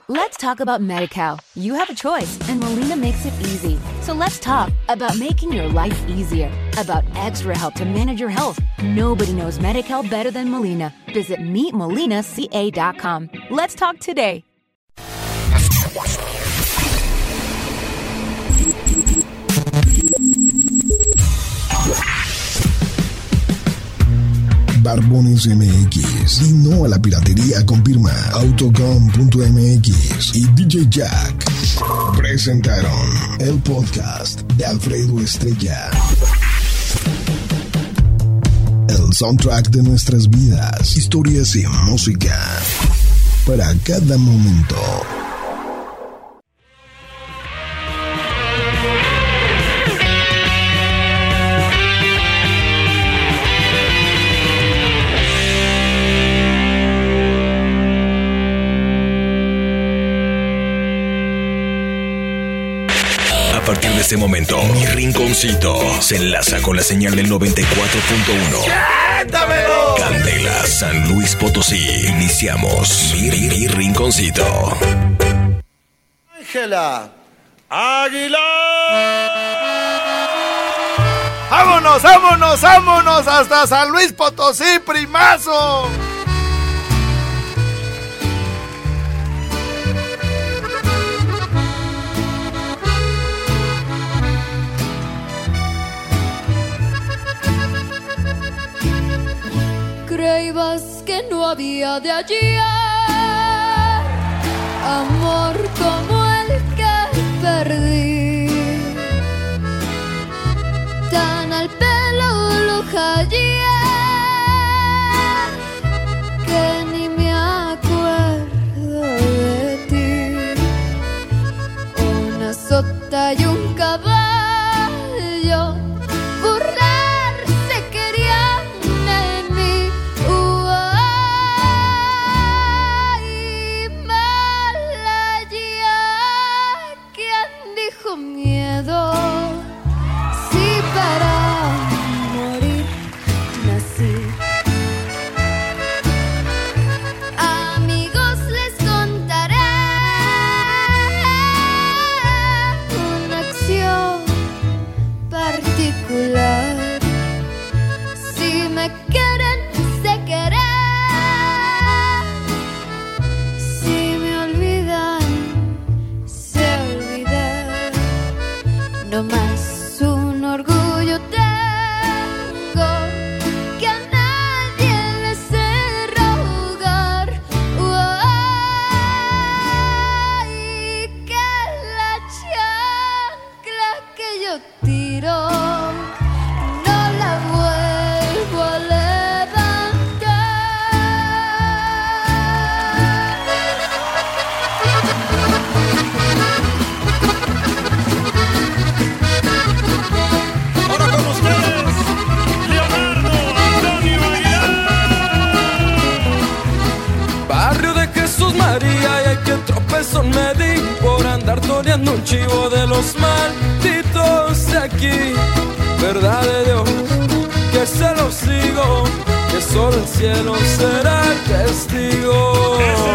Let's talk about Medi-Cal. You have a choice, and Molina makes it easy. So let's talk about making your life easier, about extra help to manage your health. Nobody knows Medi-Cal better than Molina. Visit meetmolinaca.com. Let's talk today. Barbones MX y no a la piratería con firma Autocom.mx y DJ Jack presentaron el podcast de Alfredo Estrella, el soundtrack de nuestras vidas, historias y música para cada momento. A partir de este momento, mi rinconcito se enlaza con la señal del 94.1. ¡Cuéntamelo! Candela, San Luis Potosí. Iniciamos mi rinconcito. Ángela Aguilar. ¡Vámonos, vámonos, vámonos! Hasta San Luis Potosí, primazo. Creías que no había de ayer amor como el que perdí, tan al pelo lo hallé que ni me acuerdo de ti. Una sota y un caballo burlarse querían de mí. Miedo, si para morir nací. Amigos, les contaré una acción particular. Si me quieren, sé querer. Si me olvidan, sé olvidar. No más un orgullo tengo que a nadie le sé rogar. Y que la chancla que yo tiro no la vuelvo a María, y hay que tropezón me di por andar toreando un chivo de los malditos de aquí. Verdad de Dios, que se los digo, que solo el cielo será el testigo.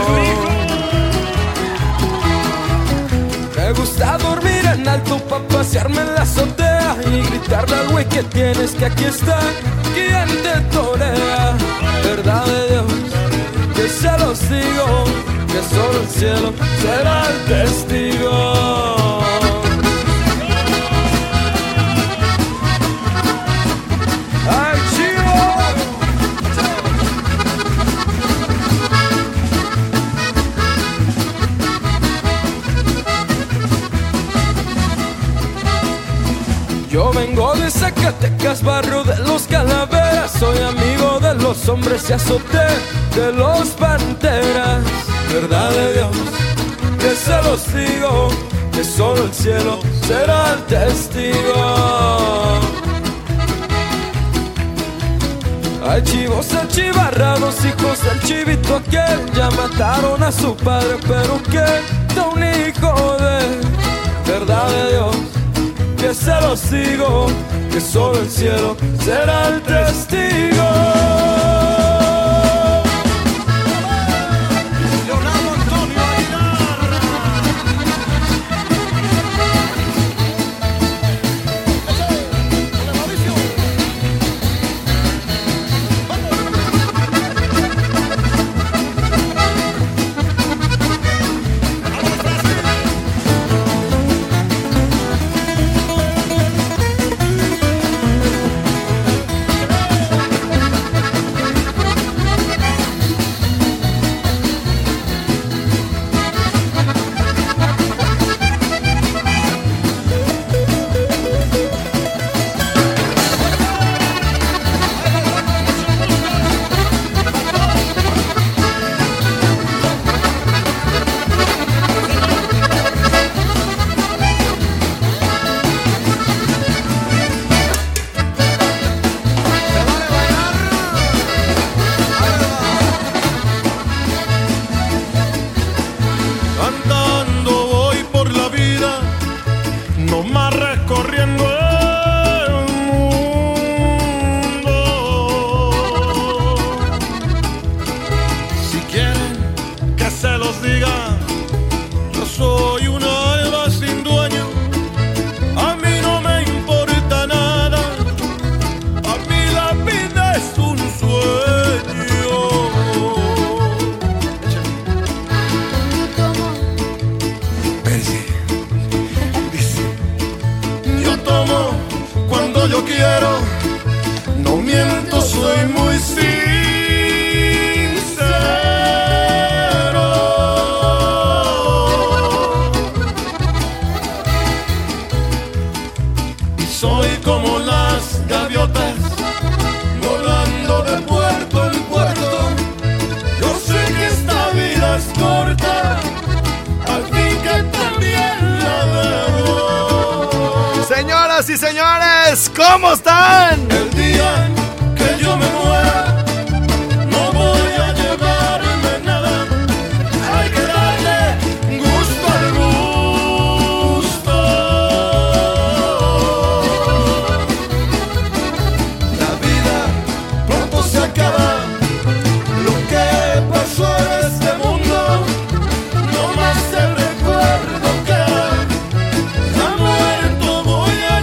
Me gusta dormir en alto pa' pasearme en la azotea y gritarle al güey que tienes que aquí está quien te torea. Verdad de Dios, que se los digo, que solo el cielo será el testigo. ¡Ay, chivo! Yo vengo de Zacatecas, barrio de los Calaveras. Soy amigo de los hombres y azoté de los Panteras. Verdad de Dios, que se los digo, que solo el cielo será el testigo. Hay chivos achivarrados, hijos del chivito aquel. Ya mataron a su padre, pero que da un hijo de. Verdad de Dios, que se los digo, que solo el cielo será el testigo. Leonardo Antonio Aguilar. Señoras y señores, ¿cómo están? El día que yo me muera, no voy a llevarme nada. Hay que darle gusto al gusto. La vida pronto se acaba. Lo que pasó en este mundo, no más el recuerdo que ha muerto voy a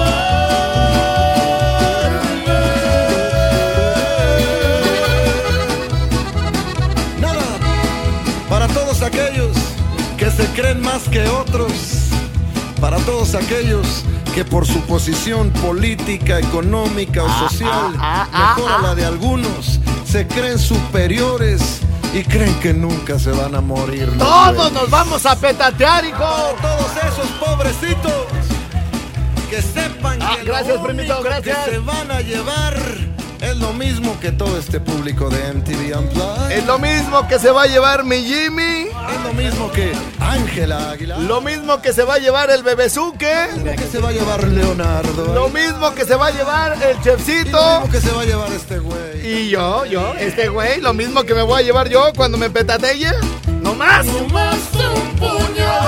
llevarme. Nada, para todos aquellos que se creen más que otros, para todos aquellos que por su posición política, económica o social mejor a la de algunos, se creen superiores y creen que nunca se van a morir. ¿No? Todos nos vamos a petatear, hijo. Para todos esos pobrecitos que sepan que gracias, lo primito, único gracias. que se van a llevar es lo mismo que todo este público de MTV Unplugged. Es lo mismo que se va a llevar mi Jimmy. Es lo mismo que Ángela Aguilar. Lo mismo que se va a llevar el Bebezuque. Lo que se va a llevar Leonardo. Lo mismo que se va a llevar el Y lo Chefcito. mismo que se va a llevar este güey. Y yo, este güey, lo mismo que me voy a llevar yo cuando me petateye. No más. No más un puño.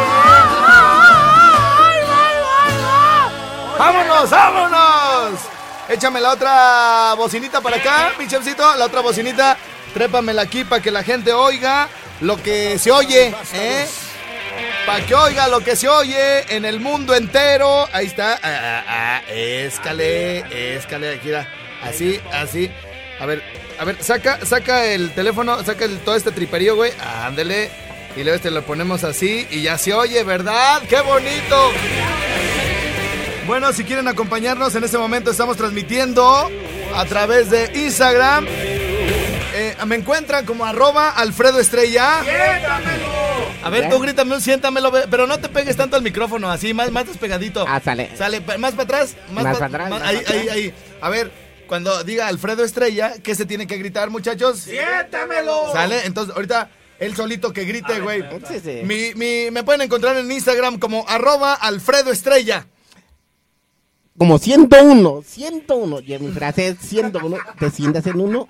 ¡Vámonos, vámonos! Échame la otra bocinita para acá, mi chefcito. La otra bocinita, trépamela aquí para que la gente oiga lo que se oye, ¿eh? Para que oiga lo que se oye en el mundo entero. Ahí está. Escale, aquí era. Así. A ver, saca el teléfono, todo este triperío, güey. Ándele. Y luego lo ponemos así y ya se oye, ¿verdad? ¡Qué bonito! Bueno, si quieren acompañarnos en este momento, estamos transmitiendo a través de Instagram. Me encuentran como @AlfredoEstrella. ¡Siéntamelo! A ver, tú grítame un siéntamelo, pero no te pegues tanto al micrófono, así, más despegadito. Sale. Más para atrás. Más para atrás. Ahí. A ver, cuando diga Alfredo Estrella, ¿qué se tiene que gritar, muchachos? ¡Siéntamelo! ¿Sale? Entonces, ahorita, él solito que grite, güey. Sí. Me pueden encontrar en Instagram como @AlfredoEstrella. Como 101. Y mi frase es 101. ¿Te sientas en uno?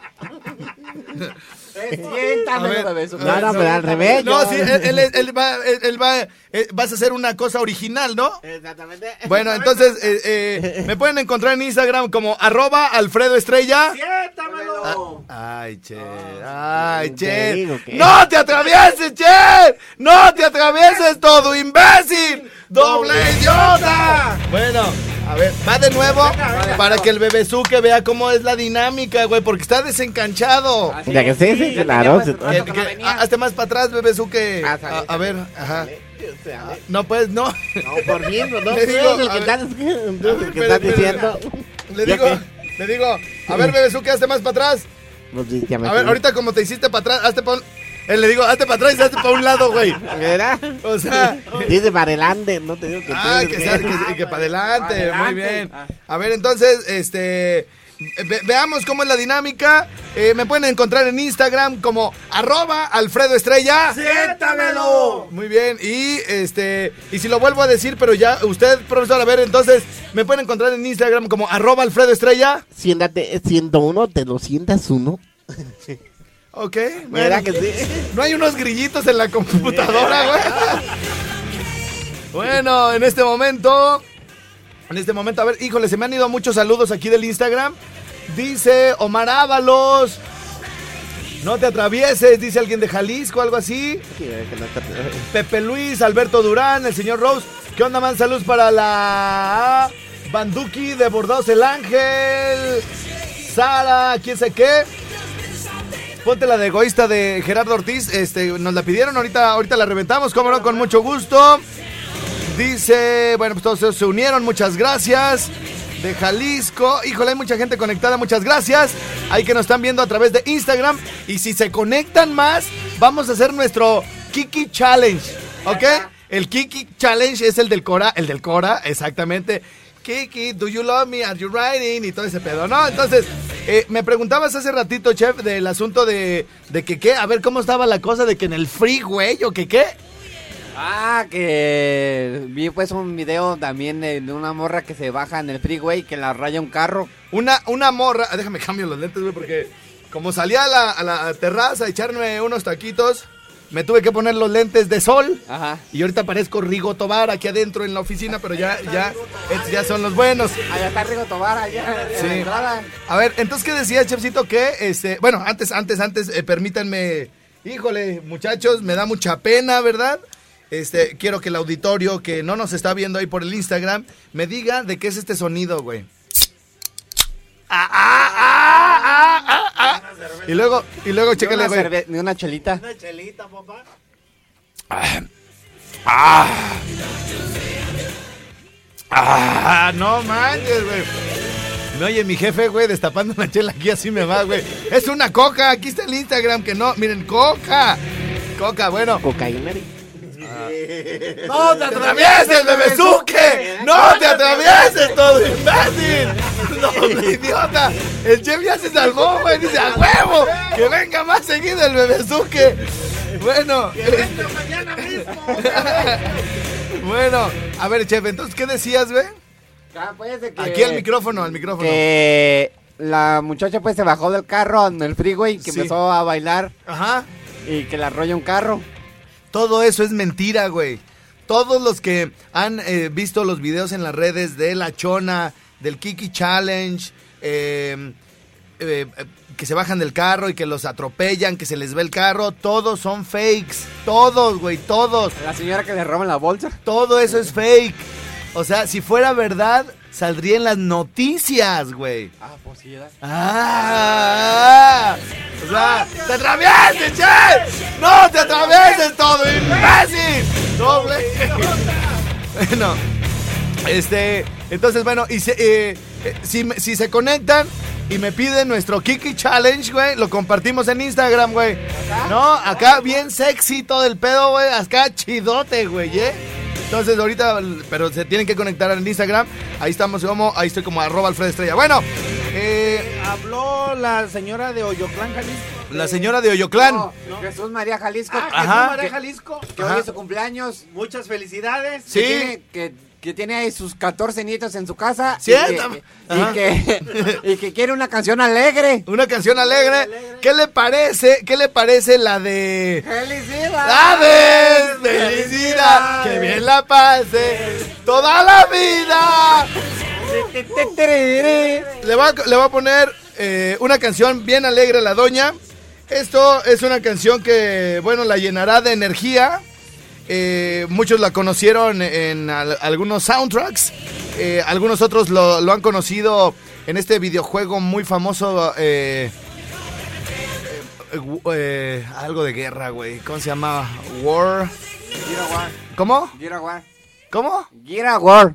Siéntamelo, bebé. No, pero al revés. No, sí, él va, vas a hacer una cosa original, ¿no? Exactamente. Bueno, entonces, me pueden encontrar en Instagram como @AlfredoEstrella. ¡Siéntamelo! Ay, che. Te digo que- ¡No te atravieses, che! ¡No te atravieses, todo imbécil! ¡Doble idiota! Bueno, a ver, va de nuevo para que el Bebezuque vea cómo es la dinámica, güey, porque está desencanchado. Ya que sí, claro. Hazte más para atrás, Bebezuque. Sale. A ver, ajá. No, pues, no. No, por miembro, no. Le digo, El que a estás diciendo. Le digo, a ver, Bebezuque, hazte más para atrás. Pues sí, ya me A ver, fui. ahorita como te hiciste para atrás, hazte para un... le digo, hazte para atrás y hazte para un lado, güey. ¿Verdad? O sea... Dice para adelante, no te digo que que para adelante, muy bien. A ver, entonces, veamos cómo es la dinámica. Me pueden encontrar en Instagram como @AlfredoEstrella. ¡Siéntamelo! Muy bien, y si lo vuelvo a decir, pero ya usted, profesor, a ver, entonces, me pueden encontrar en Instagram como @AlfredoEstrella. Siéntate, 101, te lo sientas uno. Ok, ¿Verdad bueno. que sí? No hay unos grillitos en la computadora, güey. Bueno, en este momento, a ver, híjole, se me han ido muchos saludos aquí del Instagram. Dice Omar Ábalos, no te atravieses, dice alguien de Jalisco, algo así. Pepe Luis, Alberto Durán, el señor Rose. ¿Qué onda, man? Saludos para la Banduki de Bordados el Ángel. Sara, quién sé qué. Ponte la de Egoísta de Gerardo Ortiz. Nos la pidieron, ahorita la reventamos, cómo no, con mucho gusto. Dice, bueno, pues todos se unieron, muchas gracias. De Jalisco, híjole, hay mucha gente conectada, muchas gracias. Ahí que nos están viendo a través de Instagram. Y si se conectan más, vamos a hacer nuestro Kiki Challenge, ¿ok? El Kiki Challenge es el del Cora, exactamente. Kiki, do you love me? Are you riding? Y todo ese pedo, ¿no? Entonces, me preguntabas hace ratito, chef, del asunto de que qué, a ver cómo estaba la cosa de que en el freeway o que qué. Que vi pues un video también de una morra que se baja en el freeway que la raya un carro. Una morra, déjame cambio los lentes, güey, porque como salí a la terraza a echarme unos taquitos, me tuve que poner los lentes de sol. Ajá. Y ahorita parezco Rigo Tobar aquí adentro en la oficina, pero ya son los buenos. Allá está Rigo Tobar, allá en la entrada. A ver, entonces, ¿qué decía, Chefcito? Que, bueno, antes, permítanme, híjole, muchachos, me da mucha pena, ¿verdad? Quiero que el auditorio que no nos está viendo ahí por el Instagram me diga de qué es este sonido, güey. Y luego, chécale, güey. Una chelita. Una chelita, papá. No manches, güey. Me oye mi jefe, güey, destapando una chela aquí, así me va, güey. Es una coca, aquí está el Instagram, que no, miren, coca, bueno. Cocaína. ¡No te atravieses, bebezuque! ¡No te atravieses, todo imbécil! ¡Doble idiota! El chef ya se salvó, güey, dice, ¡a huevo! ¡Que venga más seguido el bebezuque! Bueno. ¡Que venga mañana mismo! Bueno, a ver, chef, entonces, ¿qué decías, güey? Pues de que, aquí al micrófono. Que la muchacha pues se bajó del carro en el freeway, que empezó a bailar. Ajá. Y que la arrolla un carro. Todo eso es mentira, güey. Todos los que han visto los videos en las redes de La Chona, del Kiki Challenge, que se bajan del carro y que los atropellan, que se les ve el carro, todos son fakes. Todos, güey, todos. La señora que le roban la bolsa. Todo eso es fake. O sea, si fuera verdad, saldría en las noticias, güey. Pues sí, ¿verdad? O sea, ¡te atravieses, che! ¡No te atravieses, todo imbécil! Doble. Bueno, entonces, bueno, y si se conectan y me piden nuestro Kiki Challenge, güey, lo compartimos en Instagram, güey. No, acá bien sexy todo el pedo, güey, acá chidote, güey, Entonces ahorita, pero se tienen que conectar en Instagram. Ahí ahí estoy como @AlfredoEstrella. Bueno, habló la señora de Oyotlán, Jalisco. La señora de Oyotlán. No. Jesús María Jalisco. Jesús María Jalisco. Que hoy es su cumpleaños. Muchas felicidades. Sí. Que tiene ahí sus 14 nietos en su casa. ¿Sí? Y que quiere una canción alegre. Una canción alegre. ¿Qué le parece la de... ¡Felicidades! ¡Felicidad! ¡Que bien la pase toda la vida! Le va a poner una canción bien alegre a la doña. Esto es una canción que, bueno, la llenará de energía. Muchos la conocieron en algunos soundtracks. Algunos otros lo han conocido en este videojuego muy famoso. Algo de guerra, güey. ¿Cómo se llama? War. ¿Cómo? ¿Cómo? Gear War.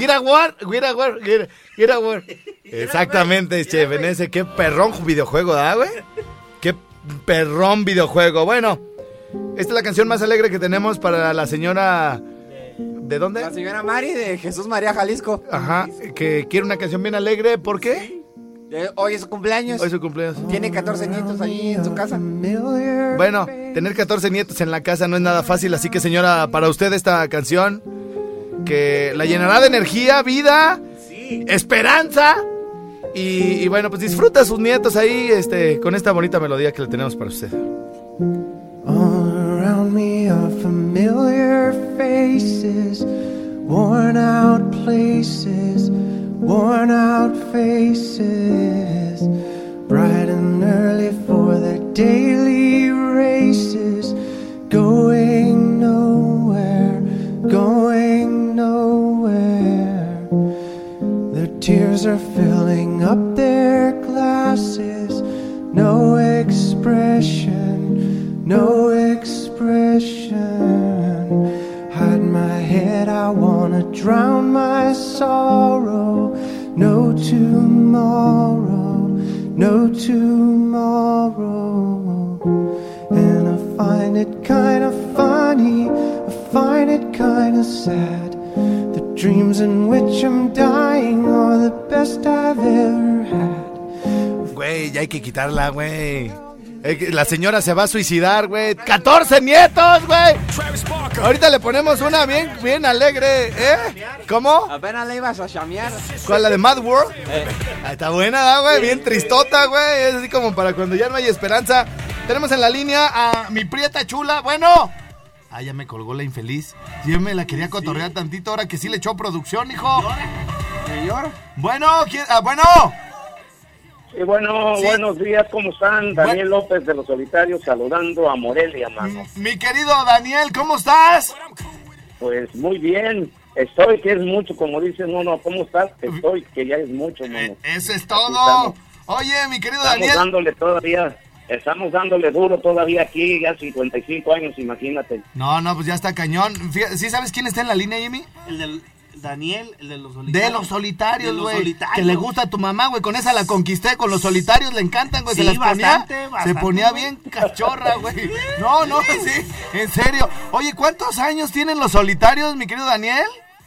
Exactamente, chef. En ese, qué perrón videojuego, ¿da, güey? Qué perrón videojuego. Bueno, esta es la canción más alegre que tenemos para la señora... ¿De dónde? La señora Mari de Jesús María Jalisco. Ajá, que quiere una canción bien alegre. ¿Por qué? Hoy es su cumpleaños. Tiene 14 nietos allí en su casa. Bueno, tener 14 nietos en la casa no es nada fácil. Así que, señora, para usted esta canción que la llenará de energía, vida, esperanza. Y bueno, pues disfruta a sus nietos ahí con esta bonita melodía que le tenemos para usted. All around me are familiar faces, worn out places, worn out faces, bright and early for their daily races, going nowhere, going nowhere. Their tears are filling up their glasses, no expression, no expression. Hide my head, I wanna drown my sorrow. No tomorrow, no tomorrow. And I find it kinda funny, I find it kinda sad. The dreams in which I'm dying are the best I've ever had. Güey, ya hay que quitarla, güey. La señora se va a suicidar, güey. ¡14 nietos, güey! Ahorita le ponemos una bien alegre, ¿eh? ¿Cómo? Apenas le ibas a chamear. ¿Cuál, la de Mad World? Está buena, güey, bien tristota, güey. Es así como para cuando ya no hay esperanza. Tenemos en la línea a mi prieta chula. Bueno. Ah, ya me colgó la infeliz. Yo me la quería cotorrear tantito, ahora que sí le echó producción, hijo. Señor. Bueno, ¿quién? Bueno. Sí, bueno, sí. Buenos días, ¿cómo están? Daniel López de Los Solitarios, saludando a Morelia, mano. Mi querido Daniel, ¿cómo estás? Pues muy bien, estoy, que es mucho, como dicen uno, ¿cómo estás? Estoy, que ya es mucho, mano. Eso es todo. Oye, mi querido Daniel. Estamos dándole duro todavía aquí, ya 55 años, imagínate. No, pues ya está cañón. ¿Sí sabes quién está en la línea, Jimmy? El del Daniel, el de Los Solitarios. De Los Solitarios, güey. Que le gusta a tu mamá, güey. Con esa la conquisté, con Los Solitarios le encantan, güey. Sí, se las bastante, se ponía bien cachorra, güey. No, sí, en serio. Oye, ¿cuántos años tienen Los Solitarios, mi querido Daniel?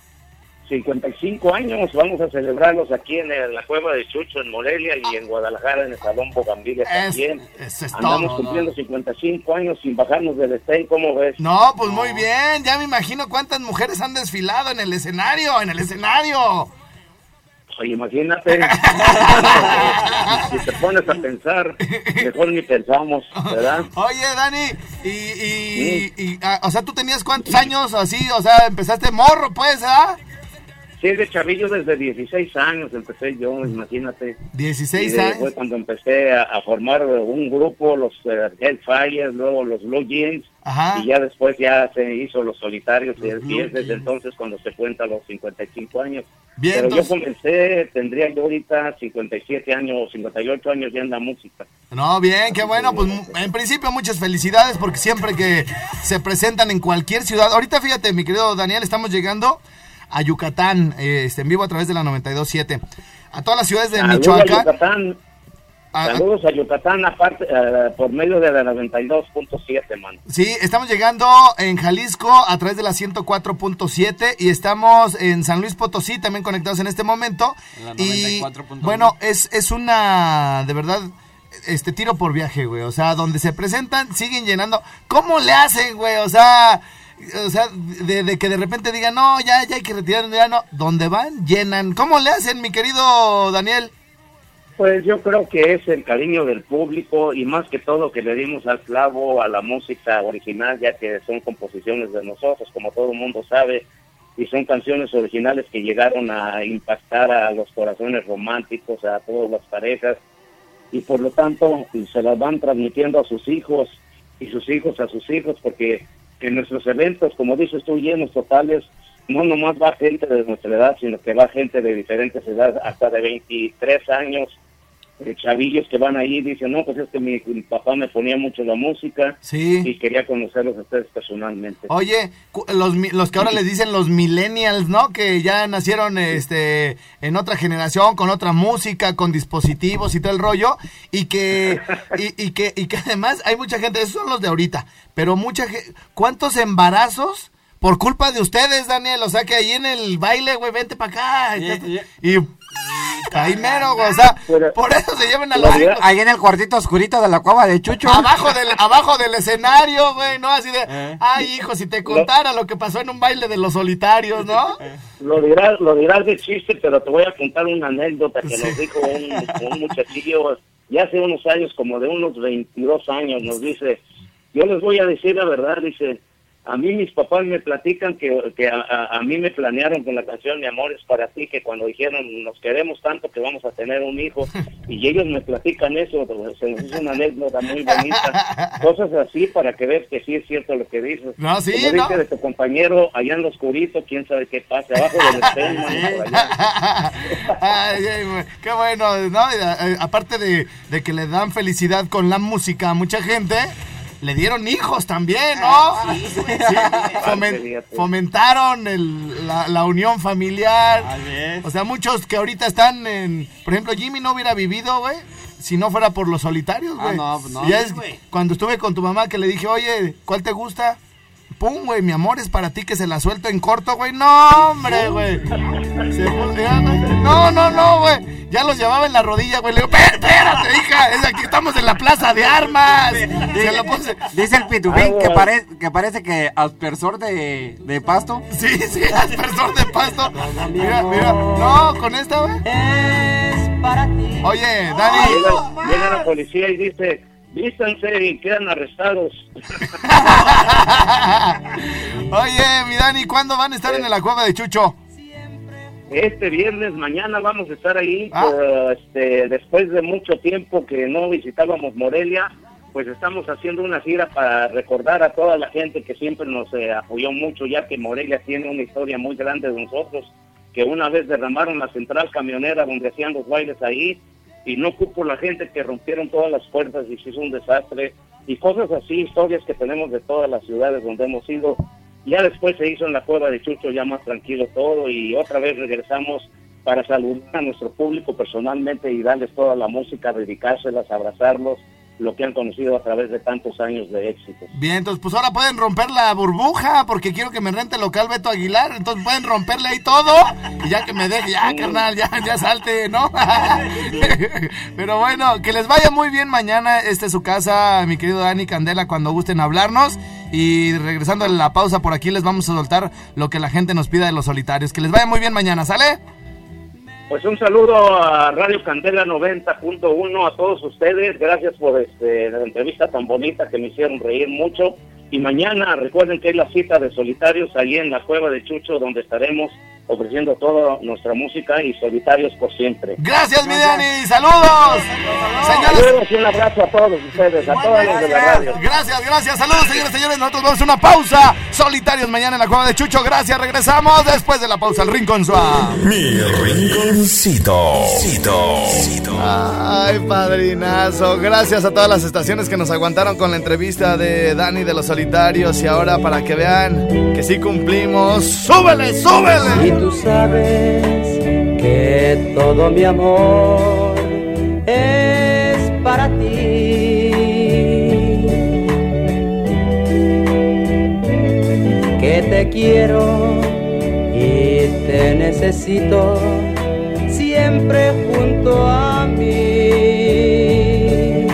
55 años, vamos a celebrarlos aquí en la Cueva de Chucho, en Morelia, y en Guadalajara, en el Salón Bogambilia también. Andamos cumpliendo 55 años sin bajarnos del stage, ¿cómo ves? No, pues muy bien, ya me imagino cuántas mujeres han desfilado en el escenario, Oye, imagínate, si te pones a pensar, mejor ni pensamos, ¿verdad? Oye, Dani, o sea, ¿tú tenías cuántos años así? O sea, empezaste morro, pues, ¿ah? Sí, de chavillo desde 16 años empecé yo, imagínate. 16 años. Fue cuando empecé a formar un grupo, los Hellfire, luego los Blue Jeans. Ajá. Y ya después ya se hizo Los Solitarios, y es desde entonces cuando se cuenta los 55 años. Bien, pero entonces... yo comencé, tendría yo ahorita 57 años, 58 años ya en la música. No, bien, qué bueno, pues en principio muchas felicidades porque siempre que se presentan en cualquier ciudad, ahorita fíjate, mi querido Daniel, estamos llegando a Yucatán, en vivo a través de la 92.7, a todas las ciudades de Michoacán. Saludos a Yucatán, aparte, por medio de la 92.7, mano. Sí, estamos llegando en Jalisco a través de la 104.7 y estamos en San Luis Potosí también conectados en este momento. La 94.1. Y bueno, es una, de verdad, tiro por viaje, güey. O sea, donde se presentan, siguen llenando. ¿Cómo le hacen, güey? O sea, de que de repente digan, no, ya hay que retirar, ya no. Donde van, llenan. ¿Cómo le hacen, mi querido Daniel? Pues yo creo que es el cariño del público y más que todo que le dimos al clavo a la música original, ya que son composiciones de nosotros, como todo el mundo sabe, y son canciones originales que llegaron a impactar a los corazones románticos, a todas las parejas, y por lo tanto se las van transmitiendo a sus hijos y sus hijos a sus hijos, porque en nuestros eventos, como dices tú, llenos totales, no nomás va gente de nuestra edad, sino que va gente de diferentes edades, hasta de 23 años, chavillos que van ahí y dicen, no, pues es que mi papá me ponía mucho la música, sí, y quería conocerlos a ustedes personalmente. Oye, los que ahora les dicen los millennials, ¿no? Que ya nacieron en otra generación, con otra música, con dispositivos y todo el rollo, y que además hay mucha gente, esos son los de ahorita, pero ¿cuántos embarazos por culpa de ustedes, Daniel? O sea, que ahí en el baile, güey, vente para acá. Y ahí mero, güey, o sea, por eso se llevan a los hijos. Ahí en el cuartito oscurito de la cueva de Chucho. Abajo del escenario, güey, ¿no? Así de, ay, hijo, si te contara lo que pasó en un baile de Los Solitarios, ¿no? Lo dirás de chiste, pero te voy a contar una anécdota que nos dijo un muchachillo, ya hace unos años, como de unos 22 años, nos dice, yo les voy a decir la verdad, dice, a mí mis papás me platican que a mí me planearon con la canción Mi amor es para ti, que cuando dijeron nos queremos tanto que vamos a tener un hijo, y ellos me platican eso, se nos hizo una anécdota muy bonita, cosas así para que veas que sí es cierto lo que dices. No, sí, como dice de tu compañero allá en lo oscurito, quién sabe qué pasa, abajo del espejo, por allá. Ay, qué bueno, ¿no? Aparte de que le dan felicidad con la música a mucha gente, le dieron hijos también, ¿no? Fomentaron la unión familiar. O sea, muchos que ahorita están por ejemplo, Jimmy no hubiera vivido, güey, si no fuera por Los Solitarios, güey. No, ya es cuando estuve con tu mamá que le dije, oye, ¿cuál te gusta? Pum, güey, Mi amor es para ti, que se la suelto en corto, güey. No, hombre, güey. No, güey. ya los llevaba en la rodilla, güey. Le digo, espérate, hija, es aquí estamos en la plaza de armas. Dice el Pitufín que parece que aspersor de pasto. Sí, aspersor de pasto. Mira, no, con esta, güey. Oye, Dani. Llega la policía y dice, vístanse y quedan arrestados. Oye, mi Dani, ¿cuándo van a estar en la cueva de Chucho? Este viernes, mañana vamos a estar ahí, después de mucho tiempo que no visitábamos Morelia, pues estamos haciendo una gira para recordar a toda la gente que siempre nos apoyó mucho, ya que Morelia tiene una historia muy grande de nosotros, que una vez derramaron la central camionera donde hacían los bailes ahí, y no culpo la gente que rompieron todas las puertas y se hizo un desastre, y cosas así, historias que tenemos de todas las ciudades donde hemos ido. Ya después se hizo en la cueva de Chucho ya más tranquilo todo, y otra vez regresamos para saludar a nuestro público personalmente y darles toda la música, dedicárselas, abrazarlos, lo que han conocido a través de tantos años de éxito. Bien, entonces pues ahora pueden romper la burbuja, porque quiero que me rente el local Beto Aguilar, entonces pueden romperle ahí todo, y ya que me deje, ya carnal, ya salte, ¿no? Pero bueno, que les vaya muy bien mañana, esta es su casa, mi querido Dani Candela, cuando gusten hablarnos, y regresando a la pausa por aquí les vamos a soltar lo que la gente nos pida de Los Solitarios, que les vaya muy bien mañana, ¿sale? Pues un saludo a Radio Candela 90.1, a todos ustedes, gracias por la entrevista tan bonita que me hicieron reír mucho, y mañana recuerden que hay la cita de Solitarios allí en la cueva de Chucho, donde estaremos ofreciendo toda nuestra música y Solitarios por siempre. Gracias, mi Dani, saludos. Saludos y un abrazo a todos ustedes, a todos los de la radio. Gracias, saludos señores, nosotros vamos a una pausa. Solitarios mañana en la cueva de Chucho, gracias, regresamos después de la pausa al Rincón Suave. Mi rinconcito. Ay, padrinazo, gracias a todas las estaciones que nos aguantaron con la entrevista de Dani de Los Solitarios, y ahora para que vean que sí cumplimos, ¡súbele! Y tú sabes que todo mi amor es para ti, que te quiero y te necesito siempre junto a mí.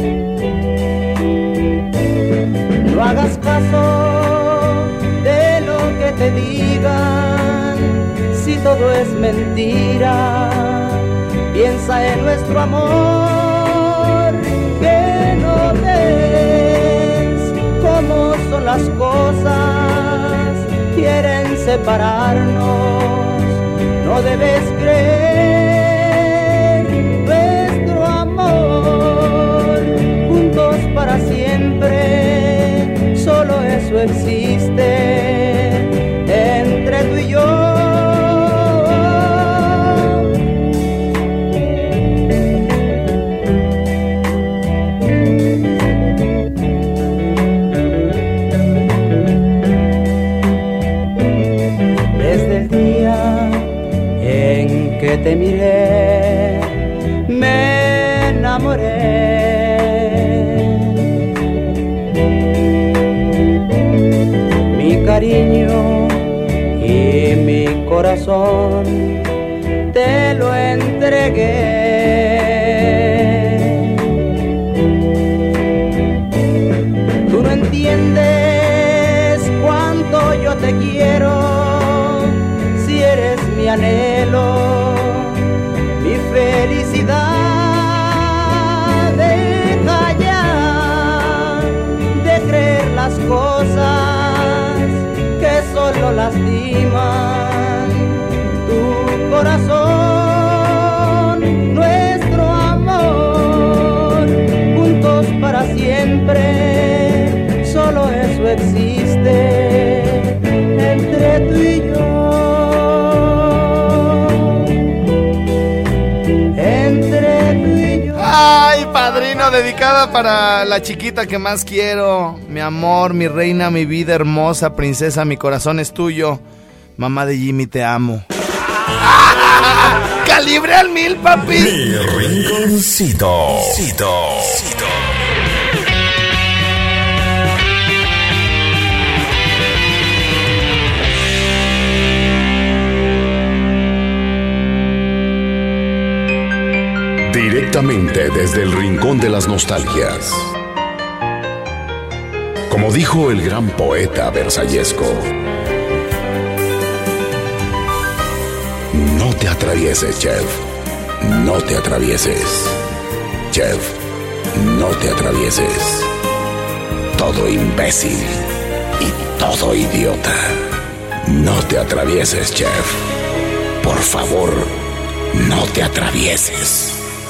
No hagas caso de lo que te digan, si todo es mentira, piensa en nuestro amor, que no ves cómo son las cosas, quieren separarnos, no debes creer, nuestro amor, juntos para siempre, solo eso existe entre tú y yo. Te miré, me enamoré. Mi cariño y mi corazón te lo entregué. Tú no entiendes cuánto yo te quiero, si eres mi anhelo, felicidad. Deja ya de creer las cosas que solo lastiman tu corazón. Nuestro amor, juntos para siempre, solo eso existe entre tú y yo. Ay, padrino, dedicada para la chiquita que más quiero, mi amor, mi reina, mi vida hermosa, princesa, mi corazón es tuyo, mamá de Jimmy, te amo. ¡Calibre al 1000, papi! Mi rinconcito. directamente desde el rincón de las nostalgias. Como dijo el gran poeta versallesco, no te atravieses, chef, no te atravieses. Chef, no te atravieses. Todo imbécil y todo idiota. No te atravieses, chef. Por favor, no te atravieses.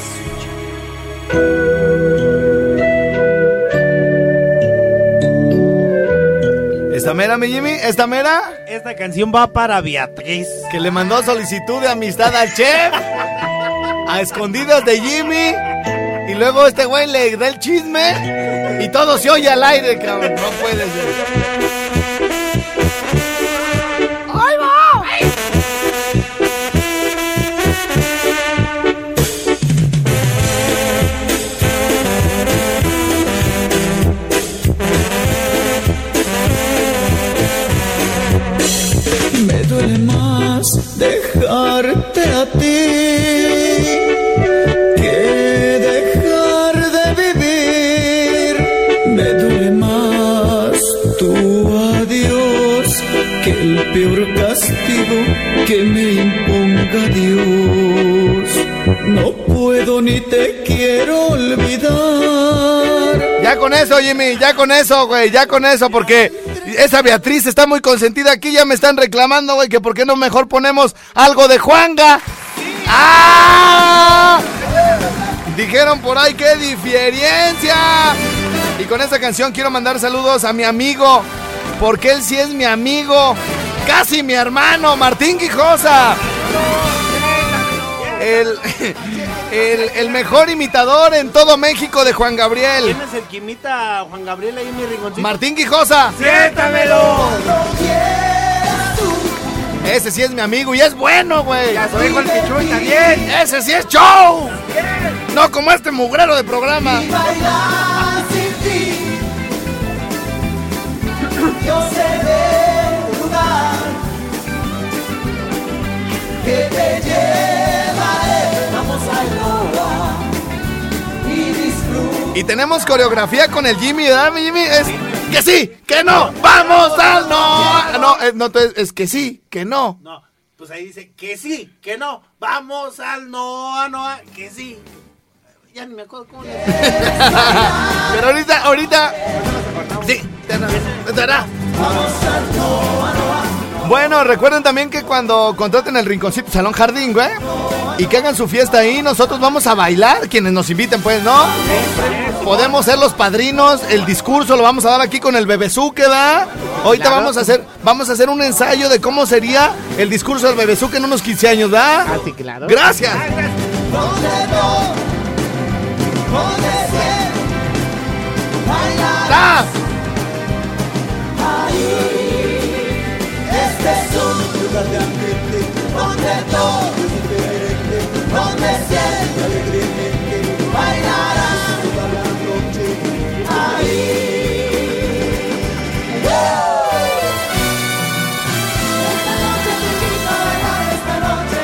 ¿Esta mera, mi Jimmy? ¿Esta mera? Esta canción va para Beatriz, que le mandó solicitud de amistad al chef a escondidas de Jimmy. Y luego este güey le da el chisme y todo se oye al aire, cabrón. No puede ser. ¡Ahí va! Me duele más dejarte a ti que dejar de vivir. Me duele más tu adiós que el peor castigo que me imponga Dios. No puedo ni te quiero olvidar. Ya con eso, Jimmy, ya con eso, güey, ya con eso, porque esa Beatriz está muy consentida aquí. Ya me están reclamando, güey, que por qué no mejor ponemos algo de Juanga. ¡Ah! Dijeron por ahí, ¡qué diferencia! Y con esta canción quiero mandar saludos a mi amigo, porque él sí es mi amigo, casi mi hermano, Martín Quijosa. El mejor imitador en todo México de Juan Gabriel. ¿Quién es el que imita a Juan Gabriel ahí en mi rinconcito? Martín Quijosa. ¡Siéntamelo! Ese sí es mi amigo y es bueno, güey. Ya soy igual que Chuy también. Ese sí es show. No como este mugrero de programa. Y bailar sin ti. Yo sé de un lugar que te llevaré. Vamos a Loa y disfrutar. Y tenemos coreografía con el Jimmy, ¿verdad, mi Jimmy? Es que sí, que no, vamos al no. No, es que sí, que no. No, pues ahí dice que sí, que no. Vamos al Noa, que sí. Ya ni me acuerdo cómo le Pero ahorita. Sí, te dará. Bueno, recuerden también que cuando contraten el Rinconcito Salón Jardín, güey, y que hagan su fiesta ahí, nosotros vamos a bailar, quienes nos inviten, pues, ¿no? Podemos ser los padrinos, el discurso lo vamos a dar aquí con el Bebezuque, ¿verdad? Ahorita Claro. vamos a hacer un ensayo de cómo sería el discurso del Bebezuque en unos 15 años, ¿verdad? Ah, sí, claro. Gracias. ¡Ah! Este es un lugar de ambiente donde todo es diferente, donde siempre alegremente bailarás toda la noche ahí. Esta noche te invito a bailar, esta noche.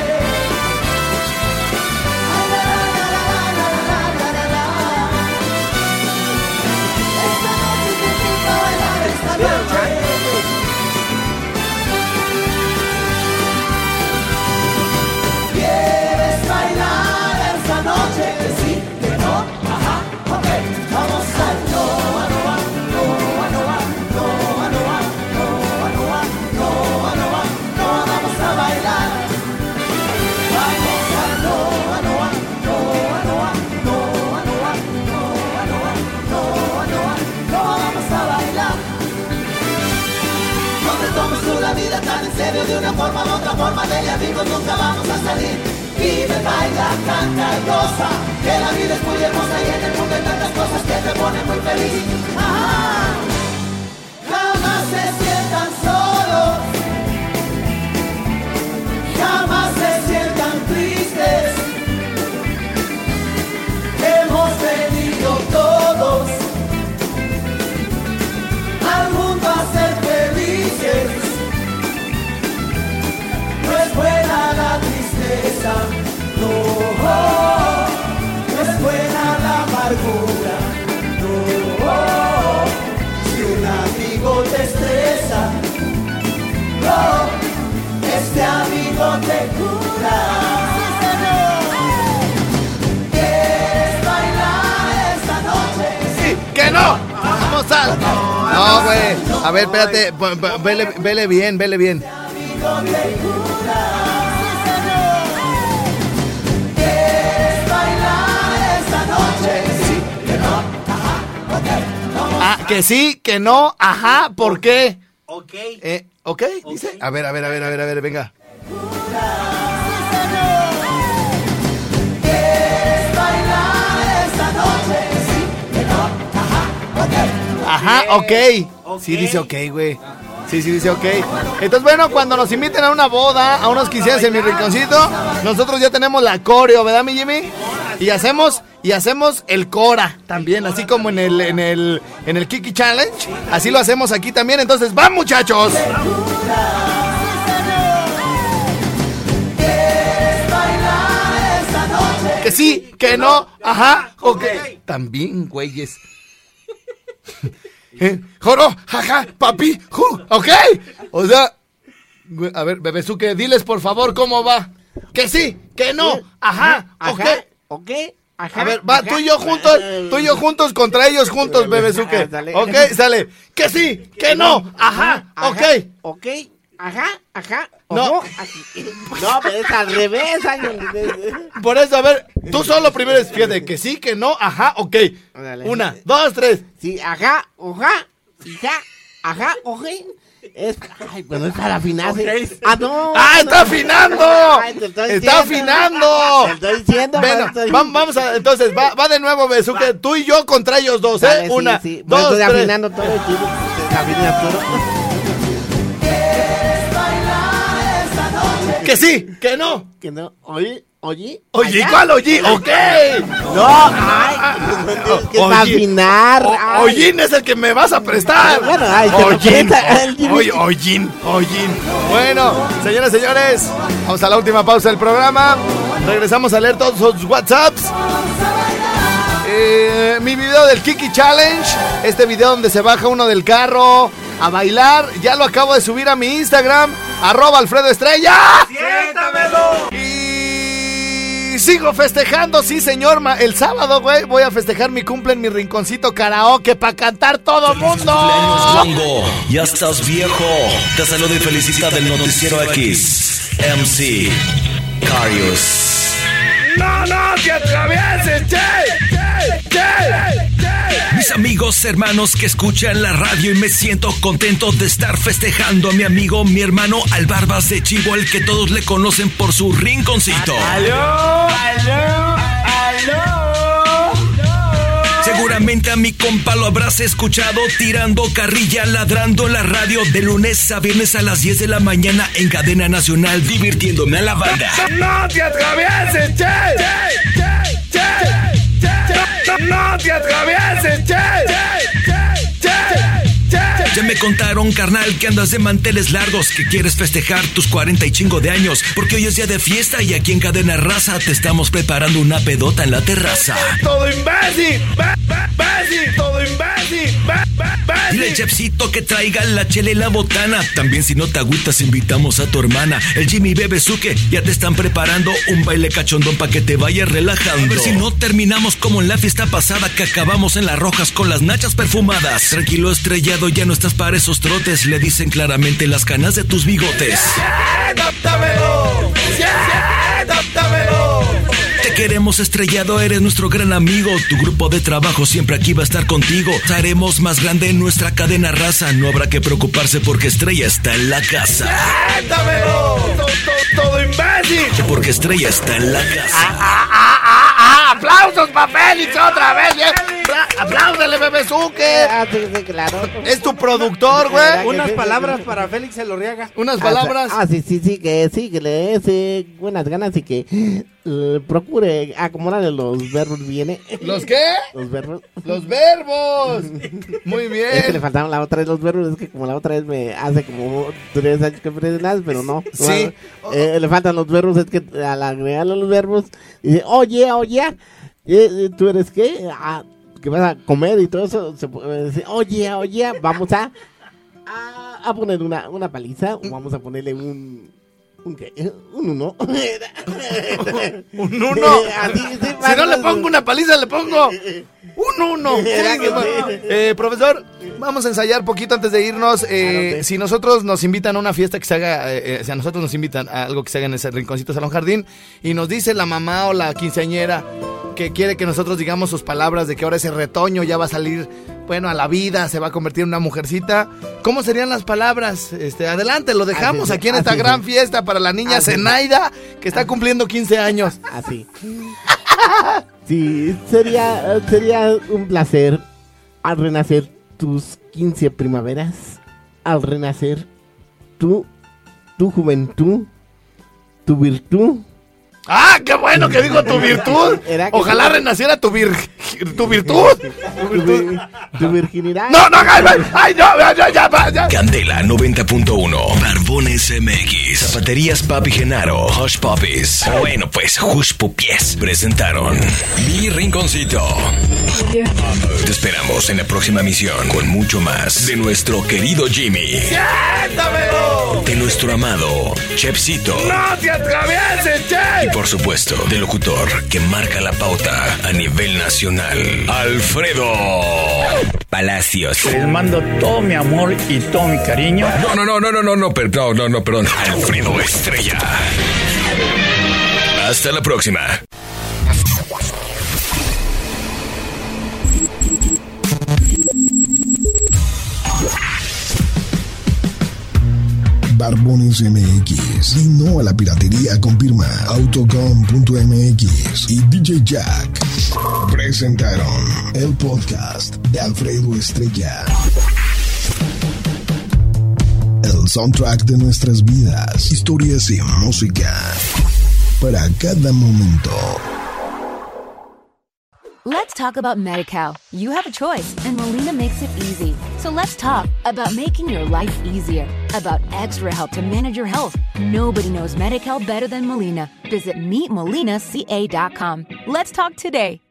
Ay, la, la, la, la, la, la, la, la. Esta noche te invito a bailar, esta noche. ¿Quieres bailar esta noche? Que sí, que no, ajá, ok. Vamos al Noa, Noa, Noa, Noa, Noa, Noa, Noa, Noa, Noa, Noa, Noa, vamos a bailar. Vamos al Noa, Noa, Noa, Noa, Noa, Noa, Noa, Noa, Noa, Noa, Noa, vamos a bailar. No te tomes tú la vida tan en serio, de una forma u otra forma, de amigos nunca vamos a salir. Vive, baila, canta y goza, que la vida es muy hermosa y en el mundo hay tantas cosas que te ponen muy feliz. ¡Ah! Jamás se sientan solos, jamás se sientan tristes. Hemos venido todos al mundo a ser felices. No es buena la tristeza, no, no es No, güey. A ver, espérate. Vele bien, vele bien. Ah, que sí, que no, ajá, ¿por qué? Ok. ¿Ok? Dice. A ver, venga. Ajá, ok. Sí dice ok, güey. Sí, dice ok. Entonces, bueno, cuando nos inviten a una boda, a unos 15 en mi rinconcito, nosotros ya tenemos la coreo, ¿verdad, mi Jimmy? Y hacemos el Cora también, así como en el Kiki Challenge. Así lo hacemos aquí también. Entonces, ¡van, muchachos! Que sí, que no, ajá, ok. También, güeyes. Joro, jaja, papi, ok. O sea, a ver, Bebezuque, diles por favor cómo va. Que sí, que no, ajá, ok. Ok, ajá. A ver, va, ajá. Tú y yo juntos contra ellos juntos, Bebezuque. Ok, sale. Que sí, que no, ajá, ok. Ok, ajá. No, no, pero es al revés. Por eso, a ver, tú solo primero, fíjate, que sí, que no, ajá, ok. 1, 2, 3. Sí, ajá, ok. Ay, bueno, es para afinar. Okay. Ah, no. ¡Ah, está afinando! Ay, ¡Está afinando! Te estoy diciendo. Bueno, vamos a, entonces, va de nuevo, Besuque, tú y yo contra ellos dos, Dale, 1, sí. 2, estoy 3. afinando todo el tiempo. Afina todo. Que sí, que no. Que no. Oye. ¿Cuál oye? Ok. No, ay. Que es para afinar. Ollín es el que me vas a prestar. Bueno, ay, Ollín. Bueno, señoras y señores, vamos a la última pausa del programa. Regresamos a leer todos sus WhatsApps. Mi video del Kiki Challenge, este video donde se baja uno del carro a bailar, ya lo acabo de subir a mi Instagram, @AlfredoEstrella. ¡Siéntamelo! Y sigo festejando, sí señor, el sábado, güey, voy a festejar mi cumple en mi rinconcito karaoke para cantar todo mundo. Cumpleaños, ya estás viejo. Te saludo y felicita del Noticiero X, MC Carius. ¡No te atravieses, che! Mis amigos, hermanos que escuchan la radio y me siento contento de estar festejando a mi amigo, mi hermano, al Barbas de Chivo, el que todos le conocen por su rinconcito. ¡Aló! Seguramente a mi compa lo habrás escuchado tirando carrilla, ladrando en la radio de lunes a viernes a las 10 de la mañana en cadena nacional, divirtiéndome a la banda. ¡No te atravieses, che! ¡No te atravieses, che! Ya me contaron, carnal, que andas de manteles largos, que quieres festejar tus 40 y chingo de años, porque hoy es día de fiesta y aquí en Cadena Raza te estamos preparando una pedota en la terraza. ¡Todo imbécil! ¡Todo imbécil! Dile, chefcito, que traiga la chela y la botana. También, si no te agüitas, invitamos a tu hermana. El Jimmy y Bebezuque ya te están preparando un baile cachondón para que te vayas relajando. A ver si no terminamos como en la fiesta pasada, que acabamos en las rojas con las nachas perfumadas. Tranquilo, estrellado, ya no estás para esos trotes, le dicen claramente las canas de tus bigotes. ¡Dámelo! Te queremos, estrellado, eres nuestro gran amigo. Tu grupo de trabajo siempre aquí va a estar contigo. Haremos más grande en nuestra cadena Raza. No habrá que preocuparse porque Estrella está en la casa. ¡Dámelo! ¡Todo imbécil! Porque Estrella está en la casa. ¡Aplausos para Félix otra vez! ¡Apláudale, Bebezuque! Sí, claro. Es tu productor, güey. Unas palabras para Félix Elorriaga. Unas palabras. Sí, que le des buenas ganas y que procure acomodarle los verbos bien. ¿Los qué? Los verbos. ¡Los verbos! Muy bien. Es que le faltaron la otra vez los verbos, es que como la otra vez me hace como 3 años que frenas, pero no. Sí. Le faltan los verbos, es que al agregarle los verbos, dice, oye, ¿tú eres qué? Que vas a comer y todo eso, se puede decir, oye, vamos a poner una paliza, o vamos a ponerle ¿Un qué? Un 1. ¿Un 1? Si no le pongo una paliza, le pongo un 1. Profesor, vamos a ensayar poquito antes de irnos. Si nosotros nos invitan a una fiesta que se haga, si a nosotros nos invitan a algo que se haga en ese rinconcito Salón Jardín, y nos dice la mamá o la quinceañera que quiere que nosotros digamos sus palabras de que ahora ese retoño ya va a salir, bueno, a la vida, se va a convertir en una mujercita, ¿cómo serían las palabras? Adelante, lo dejamos aquí en esta gran fiesta para la niña Zenaida, que está cumpliendo 15 años. Así. Sí, sería un placer al renacer tus 15 primaveras, al renacer tu juventud, tu virtud. ¡Ah, qué bueno que digo tu virtud! Ojalá renaciera tu virtud. Tu virginidad. ¡No, ay, no, ya. Candela 90.1, Barbones MX, Zapaterías Papi Genaro, Hush Puppies. Bueno, pues Hush Puppies presentaron Mi Rinconcito. Te esperamos en la próxima emisión con mucho más de nuestro querido Jimmy. ¡Siéntamelo! De nuestro amado Chefcito. ¡No te atravieses, Chef! Y por supuesto, del locutor que marca la pauta a nivel nacional, Alfredo Palacios. Les mando todo mi amor y todo mi cariño. No, perdón. Alfredo Estrella. Hasta la próxima. Barbones MX y no a la piratería con firma Autocom.mx y DJ Jack presentaron el podcast de Alfredo Estrella, el soundtrack de nuestras vidas, historias y música para cada momento. Let's talk about Medi-Cal. You have a choice, and Molina makes it easy. So let's talk about making your life easier, about extra help to manage your health. Nobody knows Medi-Cal better than Molina. Visit meetmolinaca.com. Let's talk today.